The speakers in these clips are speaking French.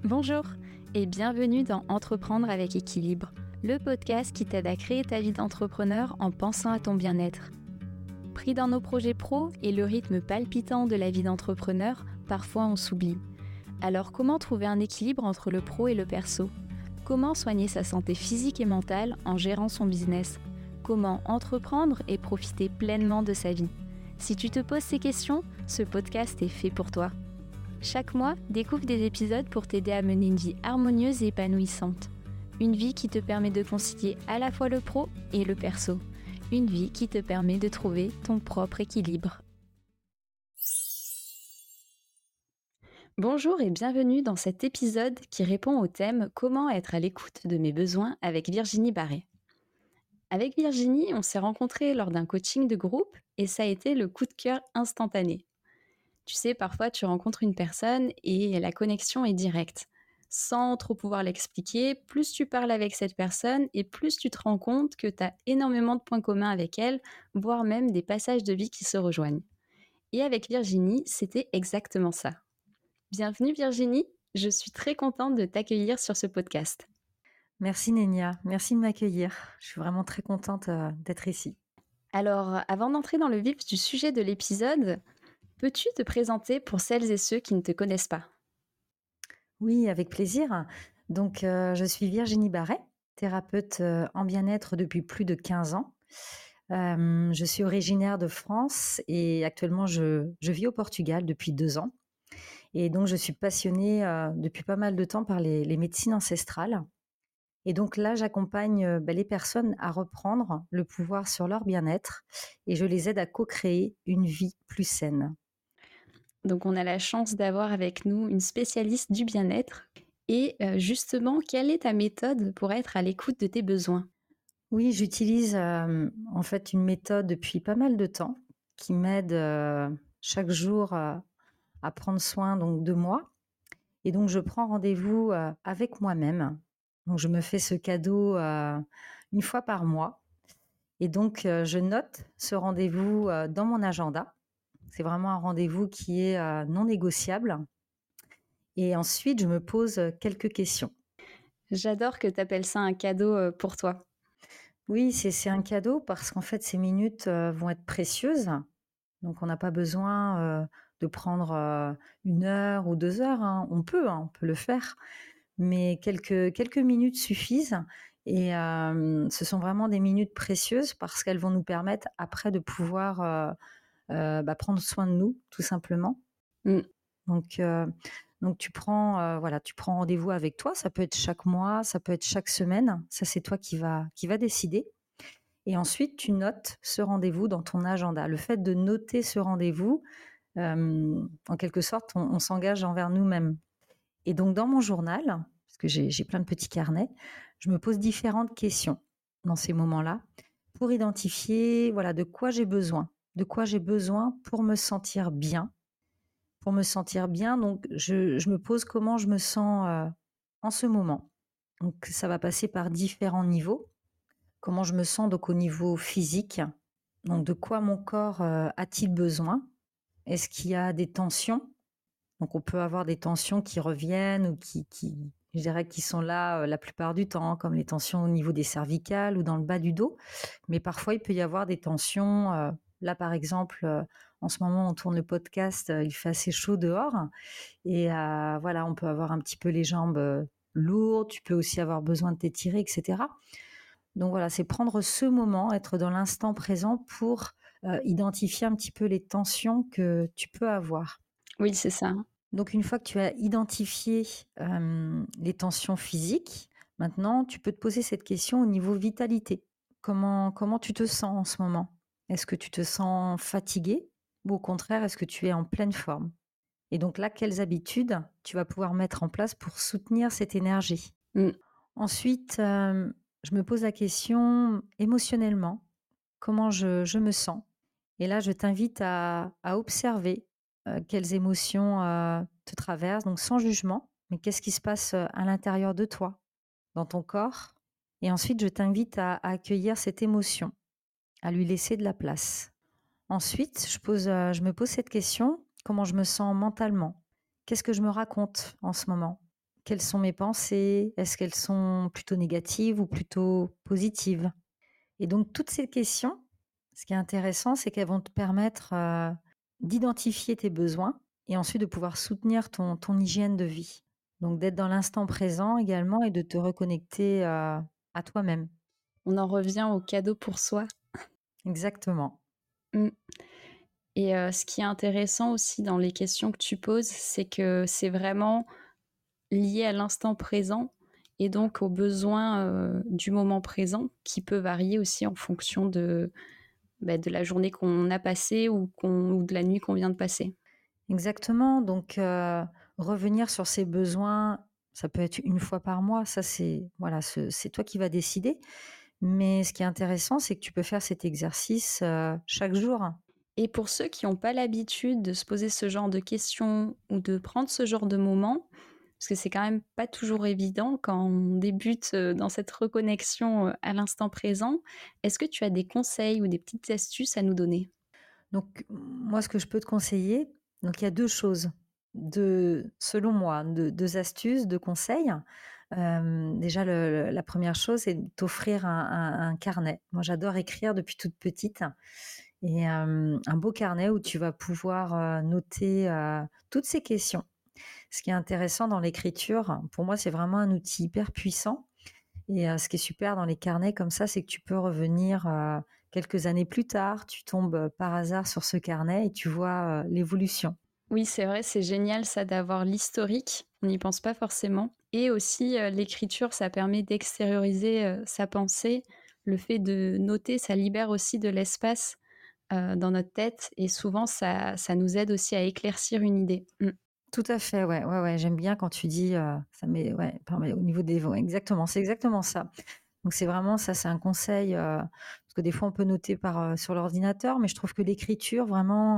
Bonjour et bienvenue dans Entreprendre avec équilibre, le podcast qui t'aide à créer ta vie d'entrepreneur en pensant à ton bien-être. Pris dans nos projets pro et le rythme palpitant de la vie d'entrepreneur, parfois on s'oublie. Alors comment trouver un équilibre entre le pro et le perso ? Comment soigner sa santé physique et mentale en gérant son business ? Comment entreprendre et profiter pleinement de sa vie ? Si tu te poses ces questions, ce podcast est fait pour toi. Chaque mois, découvre des épisodes pour t'aider à mener une vie harmonieuse et épanouissante. Une vie qui te permet de concilier à la fois le pro et le perso. Une vie qui te permet de trouver ton propre équilibre. Bonjour et bienvenue dans cet épisode qui répond au thème « Comment être à l'écoute de mes besoins » avec Virginie Barret. Avec Virginie, on s'est rencontrés lors d'un coaching de groupe et ça a été le coup de cœur instantané. Tu sais, parfois tu rencontres une personne et la connexion est directe. Sans trop pouvoir l'expliquer, plus tu parles avec cette personne et plus tu te rends compte que tu as énormément de points communs avec elle, voire même des passages de vie qui se rejoignent. Et avec Virginie, c'était exactement ça. Bienvenue Virginie, je suis très contente de t'accueillir sur ce podcast. Merci Nénia, merci de m'accueillir. Je suis vraiment très contente d'être ici. Alors, avant d'entrer dans le vif du sujet de l'épisode, peux-tu te présenter pour celles et ceux qui ne te connaissent pas ? Oui, avec plaisir. Donc, je suis Virginie Barret, thérapeute en bien-être depuis plus de 15 ans. Je suis originaire de France et actuellement, je vis au Portugal depuis 2 ans. Et donc, je suis passionnée depuis pas mal de temps par les médecines ancestrales. Et donc là, j'accompagne les personnes à reprendre le pouvoir sur leur bien-être et je les aide à co-créer une vie plus saine. Donc on a la chance d'avoir avec nous une spécialiste du bien-être. Et justement, quelle est ta méthode pour être à l'écoute de tes besoins ? Oui, j'utilise en fait une méthode depuis pas mal de temps qui m'aide chaque jour à prendre soin donc de moi. Et donc je prends rendez-vous avec moi-même. Donc je me fais ce cadeau une fois par mois. Et donc je note ce rendez-vous dans mon agenda. C'est vraiment un rendez-vous qui est non négociable. Et ensuite, je me pose quelques questions. J'adore que tu appelles ça un cadeau pour toi. Oui, c'est un cadeau parce qu'en fait, ces minutes vont être précieuses. Donc, on n'a pas besoin de prendre 1 heure ou 2 heures. Hein. On peut le faire. Mais quelques minutes suffisent. Et ce sont vraiment des minutes précieuses parce qu'elles vont nous permettre après de pouvoir prendre soin de nous, tout simplement. Donc tu prends rendez-vous avec toi. Ça peut être chaque mois, ça peut être chaque semaine. Ça, c'est toi qui va décider. Et ensuite, tu notes ce rendez-vous dans ton agenda. Le fait de noter ce rendez-vous, en quelque sorte, on s'engage envers nous-mêmes. Et donc, dans mon journal, parce que j'ai plein de petits carnets, je me pose différentes questions dans ces moments-là pour identifier, de quoi j'ai besoin. De quoi j'ai besoin pour me sentir bien. Pour me sentir bien, donc je me pose comment je me sens en ce moment. Donc, ça va passer par différents niveaux. Comment je me sens donc au niveau physique. Donc, de quoi mon corps a-t-il besoin ? Est-ce qu'il y a des tensions ? Donc, on peut avoir des tensions qui reviennent ou je dirais, qui sont là la plupart du temps, comme les tensions au niveau des cervicales ou dans le bas du dos. Mais parfois, il peut y avoir des tensions. Là, par exemple, en ce moment, on tourne le podcast, il fait assez chaud dehors. Et on peut avoir un petit peu les jambes lourdes. Tu peux aussi avoir besoin de t'étirer, etc. Donc voilà, c'est prendre ce moment, être dans l'instant présent pour identifier un petit peu les tensions que tu peux avoir. Oui, c'est ça. Donc une fois que tu as identifié les tensions physiques, maintenant tu peux te poser cette question au niveau vitalité. Comment tu te sens en ce moment ? Est-ce que tu te sens fatigué ou au contraire, est-ce que tu es en pleine forme ? Et donc là, quelles habitudes tu vas pouvoir mettre en place pour soutenir cette énergie ? Ensuite, je me pose la question émotionnellement, comment je me sens ? Et là, je t'invite à observer quelles émotions te traversent, donc sans jugement, mais qu'est-ce qui se passe à l'intérieur de toi, dans ton corps ? Et ensuite, je t'invite à accueillir cette émotion, à lui laisser de la place. Ensuite, je me pose cette question, comment je me sens mentalement ? Qu'est-ce que je me raconte en ce moment ? Quelles sont mes pensées? Est-ce qu'elles sont plutôt négatives ou plutôt positives? Et donc toutes ces questions, ce qui est intéressant, c'est qu'elles vont te permettre, d'identifier tes besoins et ensuite de pouvoir soutenir ton hygiène de vie. Donc d'être dans l'instant présent également et de te reconnecter, à toi-même. On en revient au cadeau pour soi. Exactement. Mmh. Et ce qui est intéressant aussi dans les questions que tu poses, c'est que c'est vraiment lié à l'instant présent et donc aux besoins, du moment présent qui peut varier aussi en fonction de la journée qu'on a passée ou de la nuit qu'on vient de passer. Exactement, donc revenir sur ses besoins, ça peut être une fois par mois, ça c'est voilà, c'est toi qui vas décider. Mais ce qui est intéressant, c'est que tu peux faire cet exercice, chaque jour. Et pour ceux qui n'ont pas l'habitude de se poser ce genre de questions ou de prendre ce genre de moments, parce que c'est quand même pas toujours évident quand on débute, dans cette reconnexion, à l'instant présent, est-ce que tu as des conseils ou des petites astuces à nous donner? Donc moi, ce que je peux te conseiller, donc il y a 2 choses, selon moi, 2 astuces, 2 conseils. Déjà la 1re chose, c'est de t'offrir un carnet. Moi, j'adore écrire depuis toute petite et un beau carnet où tu vas pouvoir, noter, toutes ces questions. Ce qui est intéressant dans l'écriture, pour moi, c'est vraiment un outil hyper puissant et ce qui est super dans les carnets comme ça, c'est que tu peux revenir, quelques années plus tard. Tu tombes, par hasard sur ce carnet et tu vois, l'évolution. Oui, c'est vrai, c'est génial ça d'avoir l'historique, on n'y pense pas forcément et aussi, l'écriture, ça permet d'extérioriser, sa pensée. Le fait de noter, ça libère aussi de l'espace, dans notre tête et souvent ça nous aide aussi à éclaircir une idée. Mmh. Tout à fait, ouais, ouais, ouais, j'aime bien quand tu dis, ça met ouais, permet au niveau des voix exactement, c'est exactement ça. Donc c'est vraiment ça, c'est un conseil, parce que des fois on peut noter sur l'ordinateur, mais je trouve que l'écriture vraiment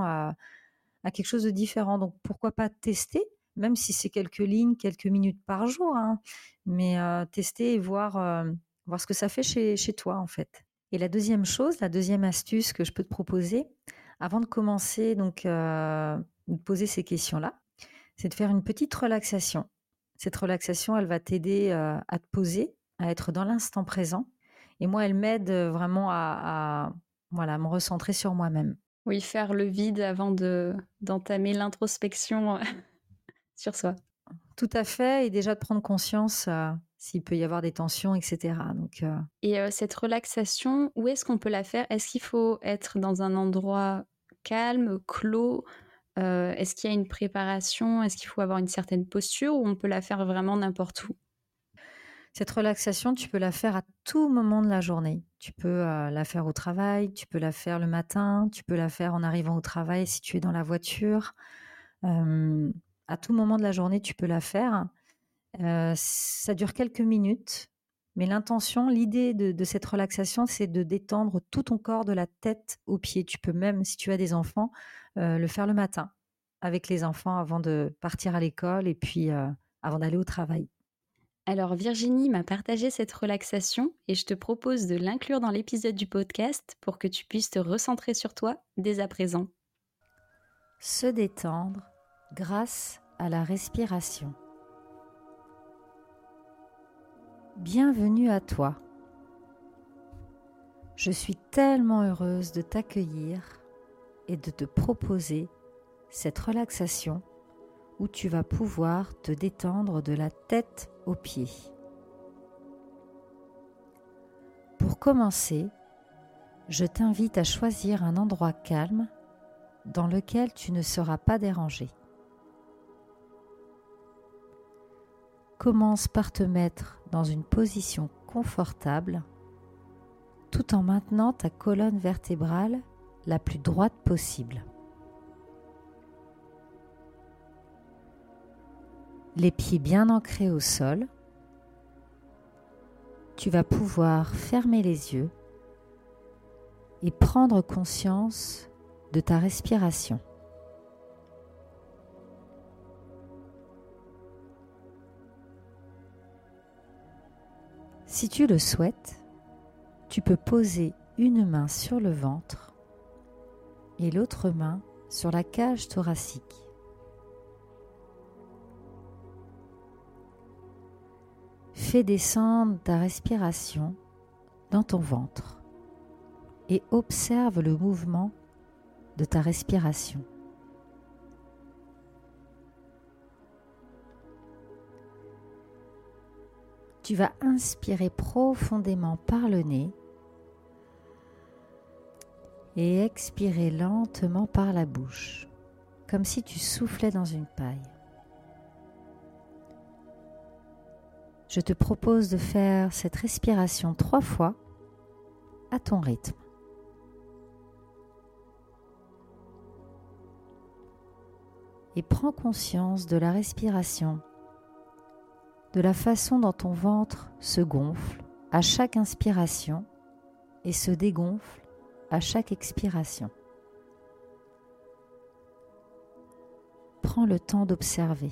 a quelque chose de différent. Donc pourquoi pas tester, même si c'est quelques lignes, quelques minutes par jour, hein, mais tester et voir ce que ça fait chez toi, en fait. Et la deuxième chose, la deuxième astuce que je peux te proposer, avant de commencer donc, de poser ces questions-là, c'est de faire une petite relaxation. Cette relaxation, elle va t'aider, à te poser, à être dans l'instant présent et moi, elle m'aide, vraiment à voilà, me recentrer sur moi-même. Oui, faire le vide avant d'entamer l'introspection, sur soi. Tout à fait et déjà de prendre conscience, s'il peut y avoir des tensions et cetera donc Et cette relaxation, où est-ce qu'on peut la faire? Est-ce qu'il faut être dans un endroit calme, clos? Est-ce qu'il y a une préparation? Est-ce qu'il faut avoir une certaine posture ou on peut la faire vraiment n'importe où? cette relaxation, tu peux la faire à tout moment de la journée. Tu peux, la faire au travail, tu peux la faire le matin, tu peux la faire en arrivant au travail si tu es dans la voiture. Hem, à tout moment de la journée, tu peux la faire. Ça dure quelques minutes, mais l'intention, l'idée de cette relaxation, c'est de détendre tout ton corps de la tête aux pieds. Tu peux même, si tu as des enfants, le faire le matin avec les enfants avant de partir à l'école et puis, avant d'aller au travail. Alors Virginie m'a partagé cette relaxation et je te propose de l'inclure dans l'épisode du podcast pour que tu puisses te recentrer sur toi dès à présent. Se détendre grâce à la respiration. Bienvenue à toi. Je suis tellement heureuse de t'accueillir et de te proposer cette relaxation où tu vas pouvoir te détendre de la tête aux pieds. Pour commencer, je t'invite à choisir un endroit calme dans lequel tu ne seras pas dérangé. Commence par te mettre dans une position confortable tout en maintenant ta colonne vertébrale la plus droite possible. Les pieds bien ancrés au sol, tu vas pouvoir fermer les yeux et prendre conscience de ta respiration. Si tu le souhaites, tu peux poser une main sur le ventre et l'autre main sur la cage thoracique. Fais descendre ta respiration dans ton ventre et observe le mouvement de ta respiration. Tu vas inspirer profondément par le nez et expirer lentement par la bouche, comme si tu soufflais dans une paille. Je te propose de faire cette respiration 3 fois à ton rythme. Et prends conscience de la respiration, de la façon dont ton ventre se gonfle à chaque inspiration et se dégonfle à chaque expiration. Prends le temps d'observer.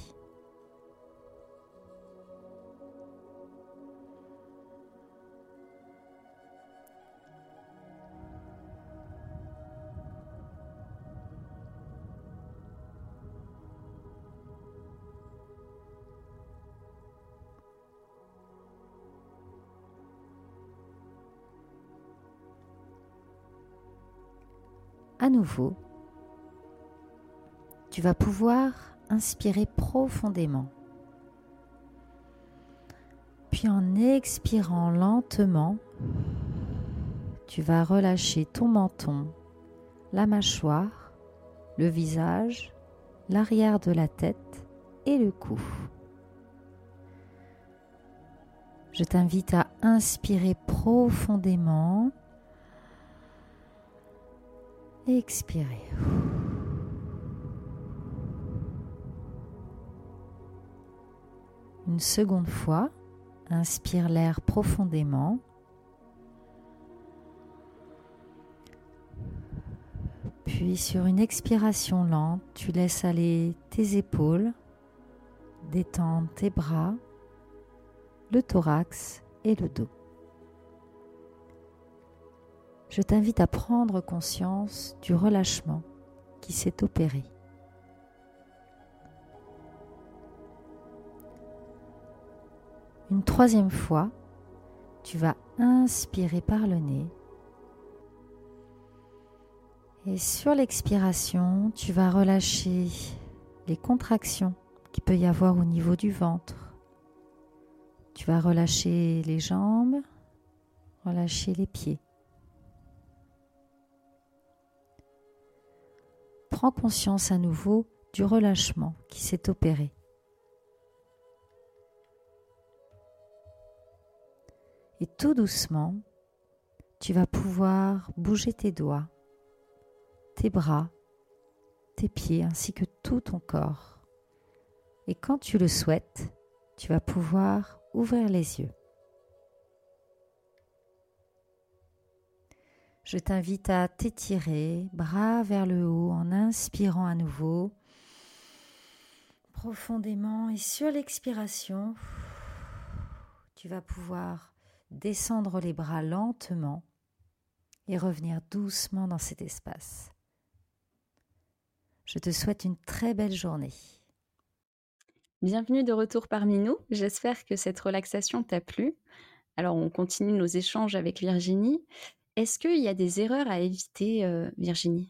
À nouveau, tu vas pouvoir inspirer profondément. Puis en expirant lentement, tu vas relâcher ton menton, la mâchoire, le visage, l'arrière de la tête et le cou. Je t'invite à inspirer profondément et expirer. Une seconde fois, inspire l'air profondément. Puis sur une expiration lente, tu laisses aller tes épaules, détendre tes bras, le thorax et le dos. Je t'invite à prendre conscience du relâchement qui s'est opéré. Une troisième fois, tu vas inspirer par le nez et sur l'expiration, tu vas relâcher les contractions qu'il peut y avoir au niveau du ventre. Tu vas relâcher les jambes, relâcher les pieds. Prends conscience à nouveau du relâchement qui s'est opéré. Et tout doucement, tu vas pouvoir bouger tes doigts, tes bras, tes pieds ainsi que tout ton corps. Et quand tu le souhaites, tu vas pouvoir ouvrir les yeux. Je t'invite à t'étirer, bras vers le haut, en inspirant à nouveau, profondément. Et sur l'expiration, tu vas pouvoir descendre les bras lentement et revenir doucement dans cet espace. Je te souhaite une très belle journée. Bienvenue de retour parmi nous. J'espère que cette relaxation t'a plu. Alors, on continue nos échanges avec Virginie. Est-ce qu'il y a des erreurs à éviter, Virginie?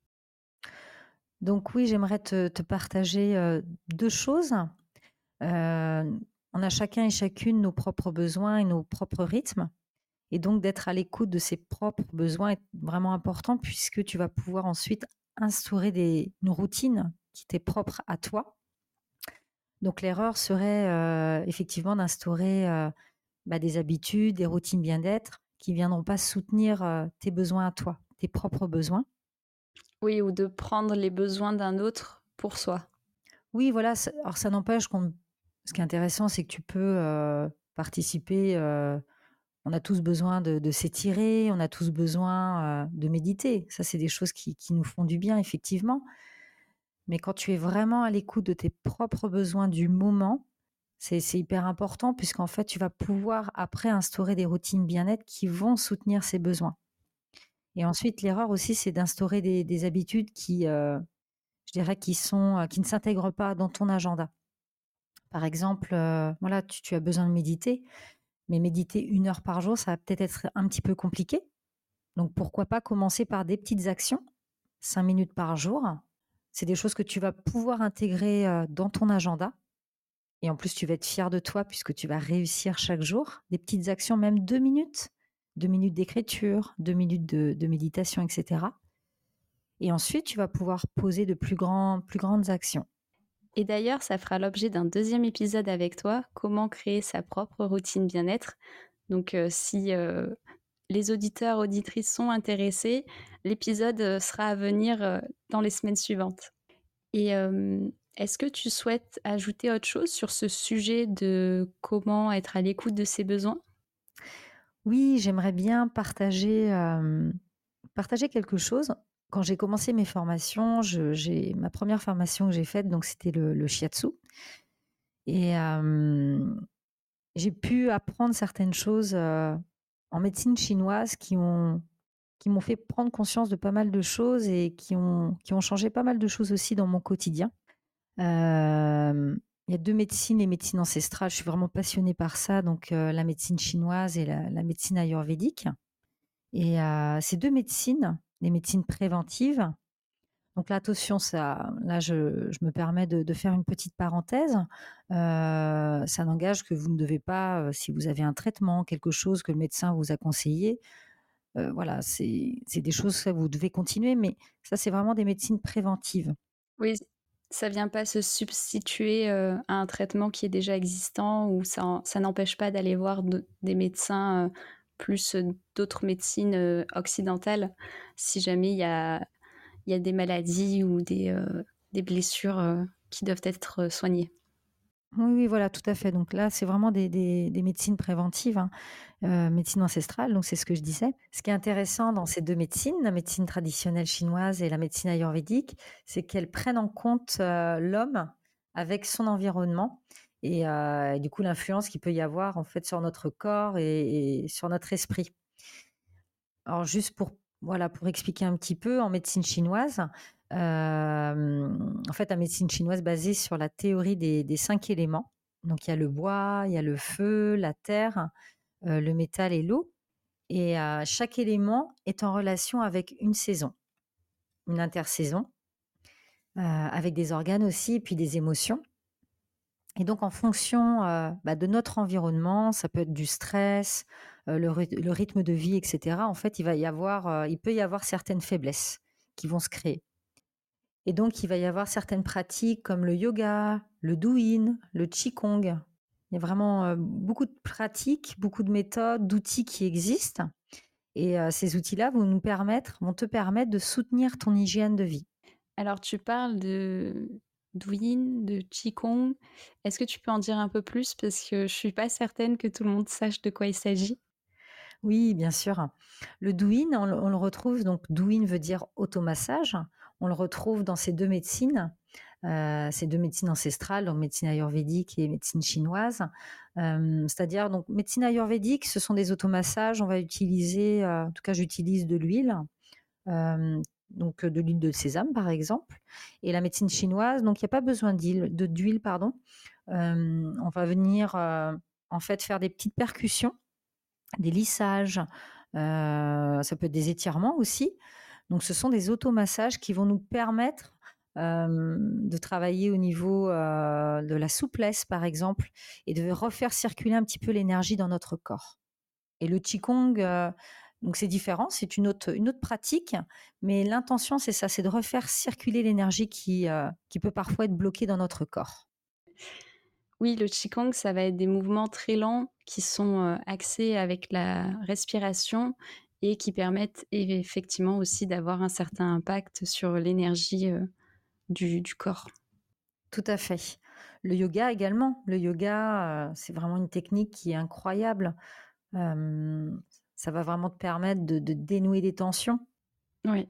Donc oui, j'aimerais te partager 2 choses. On a chacun et chacune nos propres besoins et nos propres rythmes. Et donc d'être à l'écoute de ses propres besoins est vraiment important puisque tu vas pouvoir ensuite instaurer une routine qui t'est propre à toi. Donc l'erreur serait effectivement d'instaurer des habitudes, des routines bien-être qui ne viendront pas soutenir tes besoins à toi, tes propres besoins. Oui, ou de prendre les besoins d'un autre pour soi. Oui, voilà. Alors ça n'empêche ce qui est intéressant, c'est que tu peux participer. On a tous besoin de s'étirer, on a tous besoin de méditer. Ça, c'est des choses qui nous font du bien, effectivement. Mais quand tu es vraiment à l'écoute de tes propres besoins du moment, c'est hyper important puisqu'en fait, tu vas pouvoir après instaurer des routines bien-être qui vont soutenir ces besoins. Et ensuite, l'erreur aussi, c'est d'instaurer des habitudes qui, je dirais, qui ne s'intègrent pas dans ton agenda. Par exemple, voilà, tu as besoin de méditer, mais méditer 1 heure par jour, ça va peut-être être un petit peu compliqué. Donc pourquoi pas commencer par des petites actions, 5 minutes par jour. C'est des choses que tu vas pouvoir intégrer, dans ton agenda et en plus tu vas être fier de toi puisque tu vas réussir chaque jour. Des petites actions, même 2 minutes, 2 minutes d'écriture, 2 minutes de méditation et cetera et ensuite tu vas pouvoir poser de plus grandes actions. Et d'ailleurs, ça fera l'objet d'un deuxième épisode avec toi, comment créer sa propre routine bien-être. Donc si les auditeurs, auditrices sont intéressés, l'épisode sera à venir dans les semaines suivantes. Et est-ce que tu souhaites ajouter autre chose sur ce sujet de comment être à l'écoute de ses besoins? Oui, j'aimerais bien partager quelque chose. Quand j'ai commencé mes formations, j'ai ma première formation que j'ai faite, donc c'était le shiatsu et j'ai pu apprendre certaines choses, en médecine chinoise qui m'ont fait prendre conscience de pas mal de choses et qui ont changé pas mal de choses aussi dans mon quotidien. Il y a 2 médecines, les médecines ancestrales, je suis vraiment passionnée par ça, donc la médecine chinoise et la médecine ayurvédique et ces 2 médecines, les médecines préventives, donc là attention ça là je me permets de faire une petite parenthèse, ça n'engage que vous ne devez pas, si vous avez un traitement, quelque chose que le médecin vous a conseillé, voilà, c'est des choses que vous devez continuer, mais ça c'est vraiment des médecines préventives. Oui, ça vient pas se substituer à un traitement qui est déjà existant ou ça n'empêche pas d'aller voir des médecins plus d'autres médecines occidentales si jamais il y a des maladies ou des blessures qui doivent être soignées. Oui, oui, voilà, tout à fait. Donc là, c'est vraiment des médecines préventives, hein, médecine ancestrale, donc c'est ce que je disais. Ce qui est intéressant dans ces 2 médecines, la médecine traditionnelle chinoise et la médecine ayurvédique, c'est qu'elles prennent en compte, l'homme avec son environnement et du coup, l'influence qu'il peut y avoir, en fait, sur notre corps et sur notre esprit. Alors juste pour voilà, pour expliquer un petit peu, en médecine chinoise, en fait, la médecine chinoise basée sur la théorie des 5 éléments. Donc il y a le bois, il y a le feu, la terre, le métal et l'eau et chaque élément est en relation avec une saison, une intersaison, avec des organes aussi et puis des émotions et donc en fonction, de notre environnement, ça peut être du stress, le rythme de vie et cetera. En fait, il peut y avoir certaines faiblesses qui vont se créer et donc il va y avoir certaines pratiques comme le yoga, le douyin, le qigong. Il y a vraiment, beaucoup de pratiques, beaucoup de méthodes, d'outils qui existent et ces outils-là vont te permettre de soutenir ton hygiène de vie. Alors tu parles de Douyin, de Qigong. Est-ce que tu peux en dire un peu plus? Parce que je suis pas certaine que tout le monde sache de quoi il s'agit. Oui, bien sûr. Le douyin, on le retrouve donc douyin veut dire automassage. On le retrouve dans ces 2 médecines ancestrales, donc médecine ayurvédique et médecine chinoise. C'est-à-dire donc médecine ayurvédique, ce sont des automassages, on va utiliser, en tout cas j'utilise de l'huile, donc de l'huile de sésame par exemple et la médecine chinoise, donc il y a pas besoin d'huile pardon. On va venir, en fait faire des petites percussions, des lissages, ça peut être des étirements aussi. Donc ce sont des automassages qui vont nous permettre, de travailler au niveau, de la souplesse, par exemple et de refaire circuler un petit peu l'énergie dans notre corps et le qigong, donc c'est différent, c'est une autre pratique, mais l'intention, c'est ça, c'est de refaire circuler l'énergie qui peut parfois être bloquée dans notre corps. Oui, le Qigong, ça va être des mouvements très lents qui sont axés avec la respiration et qui permettent effectivement aussi d'avoir un certain impact sur l'énergie du corps. Tout à fait. Le yoga également. Le yoga, c'est vraiment une technique qui est incroyable. Hem, Ça va vraiment te permettre de dénouer des tensions. Oui.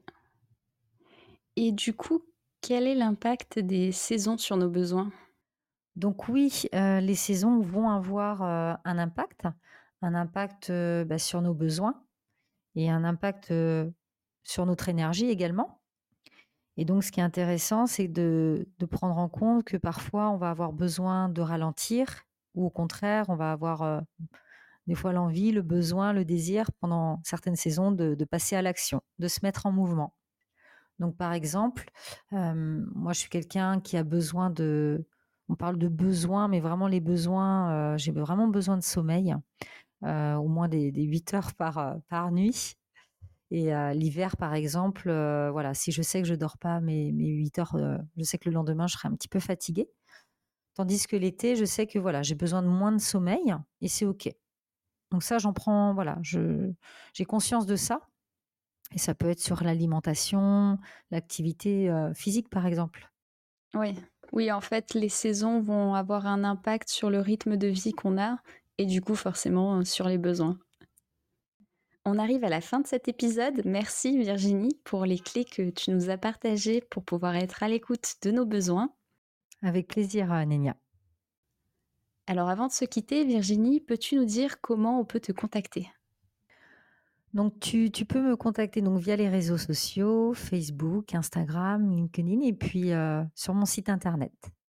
Et du coup, quel est l'impact des saisons sur nos besoins? Donc oui, les saisons vont avoir, un impact, sur nos besoins et un impact, sur notre énergie également Et donc ce qui est intéressant, c'est de prendre en compte que parfois on va avoir besoin de ralentir ou au contraire, on va avoir, des fois l'envie, le besoin, le désir pendant certaines saisons de passer à l'action, de se mettre en mouvement. Donc par exemple, moi je suis quelqu'un qui a besoin de on parle de besoins, mais vraiment les besoins, j'ai vraiment besoin de sommeil, au moins des 8 heures par nuit. Et l'hiver, par exemple, voilà, si je sais que je dors pas mes 8 heures, je sais que le lendemain, je serai un petit peu fatiguée. Tandis que l'été, je sais que voilà, j'ai besoin de moins de sommeil et c'est OK. Donc ça, j'en prends voilà, j'ai conscience de ça et ça peut être sur l'alimentation, l'activité, physique, par exemple. Oui. Oui, en fait, les saisons vont avoir un impact sur le rythme de vie qu'on a et du coup, forcément, sur les besoins. On arrive à la fin de cet épisode. Merci Virginie pour les clés que tu nous as partagées pour pouvoir être à l'écoute de nos besoins. Avec plaisir, Nénia. Alors avant de se quitter, Virginie, peux-tu nous dire comment on peut te contacter? Donc tu peux me contacter donc via les réseaux sociaux, Facebook, Instagram, LinkedIn et puis, sur mon site internet.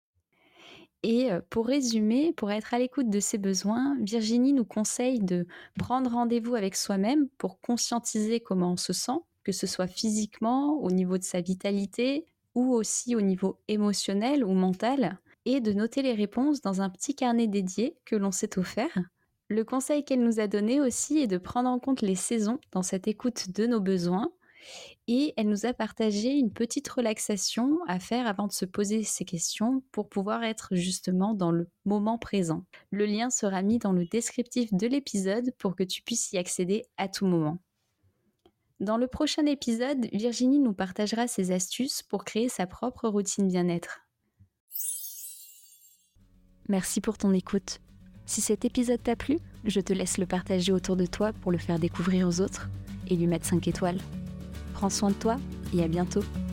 Et pour résumer, pour être à l'écoute de ses besoins, Virginie nous conseille de prendre rendez-vous avec soi-même pour conscientiser comment on se sent, que ce soit physiquement, au niveau de sa vitalité ou aussi au niveau émotionnel ou mental, et de noter les réponses dans un petit carnet dédié que l'on s'est offert. Le conseil qu'elle nous a donné aussi est de prendre en compte les saisons dans cette écoute de nos besoins et elle nous a partagé une petite relaxation à faire avant de se poser ces questions pour pouvoir être justement dans le moment présent. Le lien sera mis dans le descriptif de l'épisode pour que tu puisses y accéder à tout moment. Dans le prochain épisode, Virginie nous partagera ses astuces pour créer sa propre routine bien-être. Merci pour ton écoute. Si cet épisode t'a plu, je te laisse le partager autour de toi pour le faire découvrir aux autres et lui mettre 5 étoiles. Prends soin de toi et à bientôt.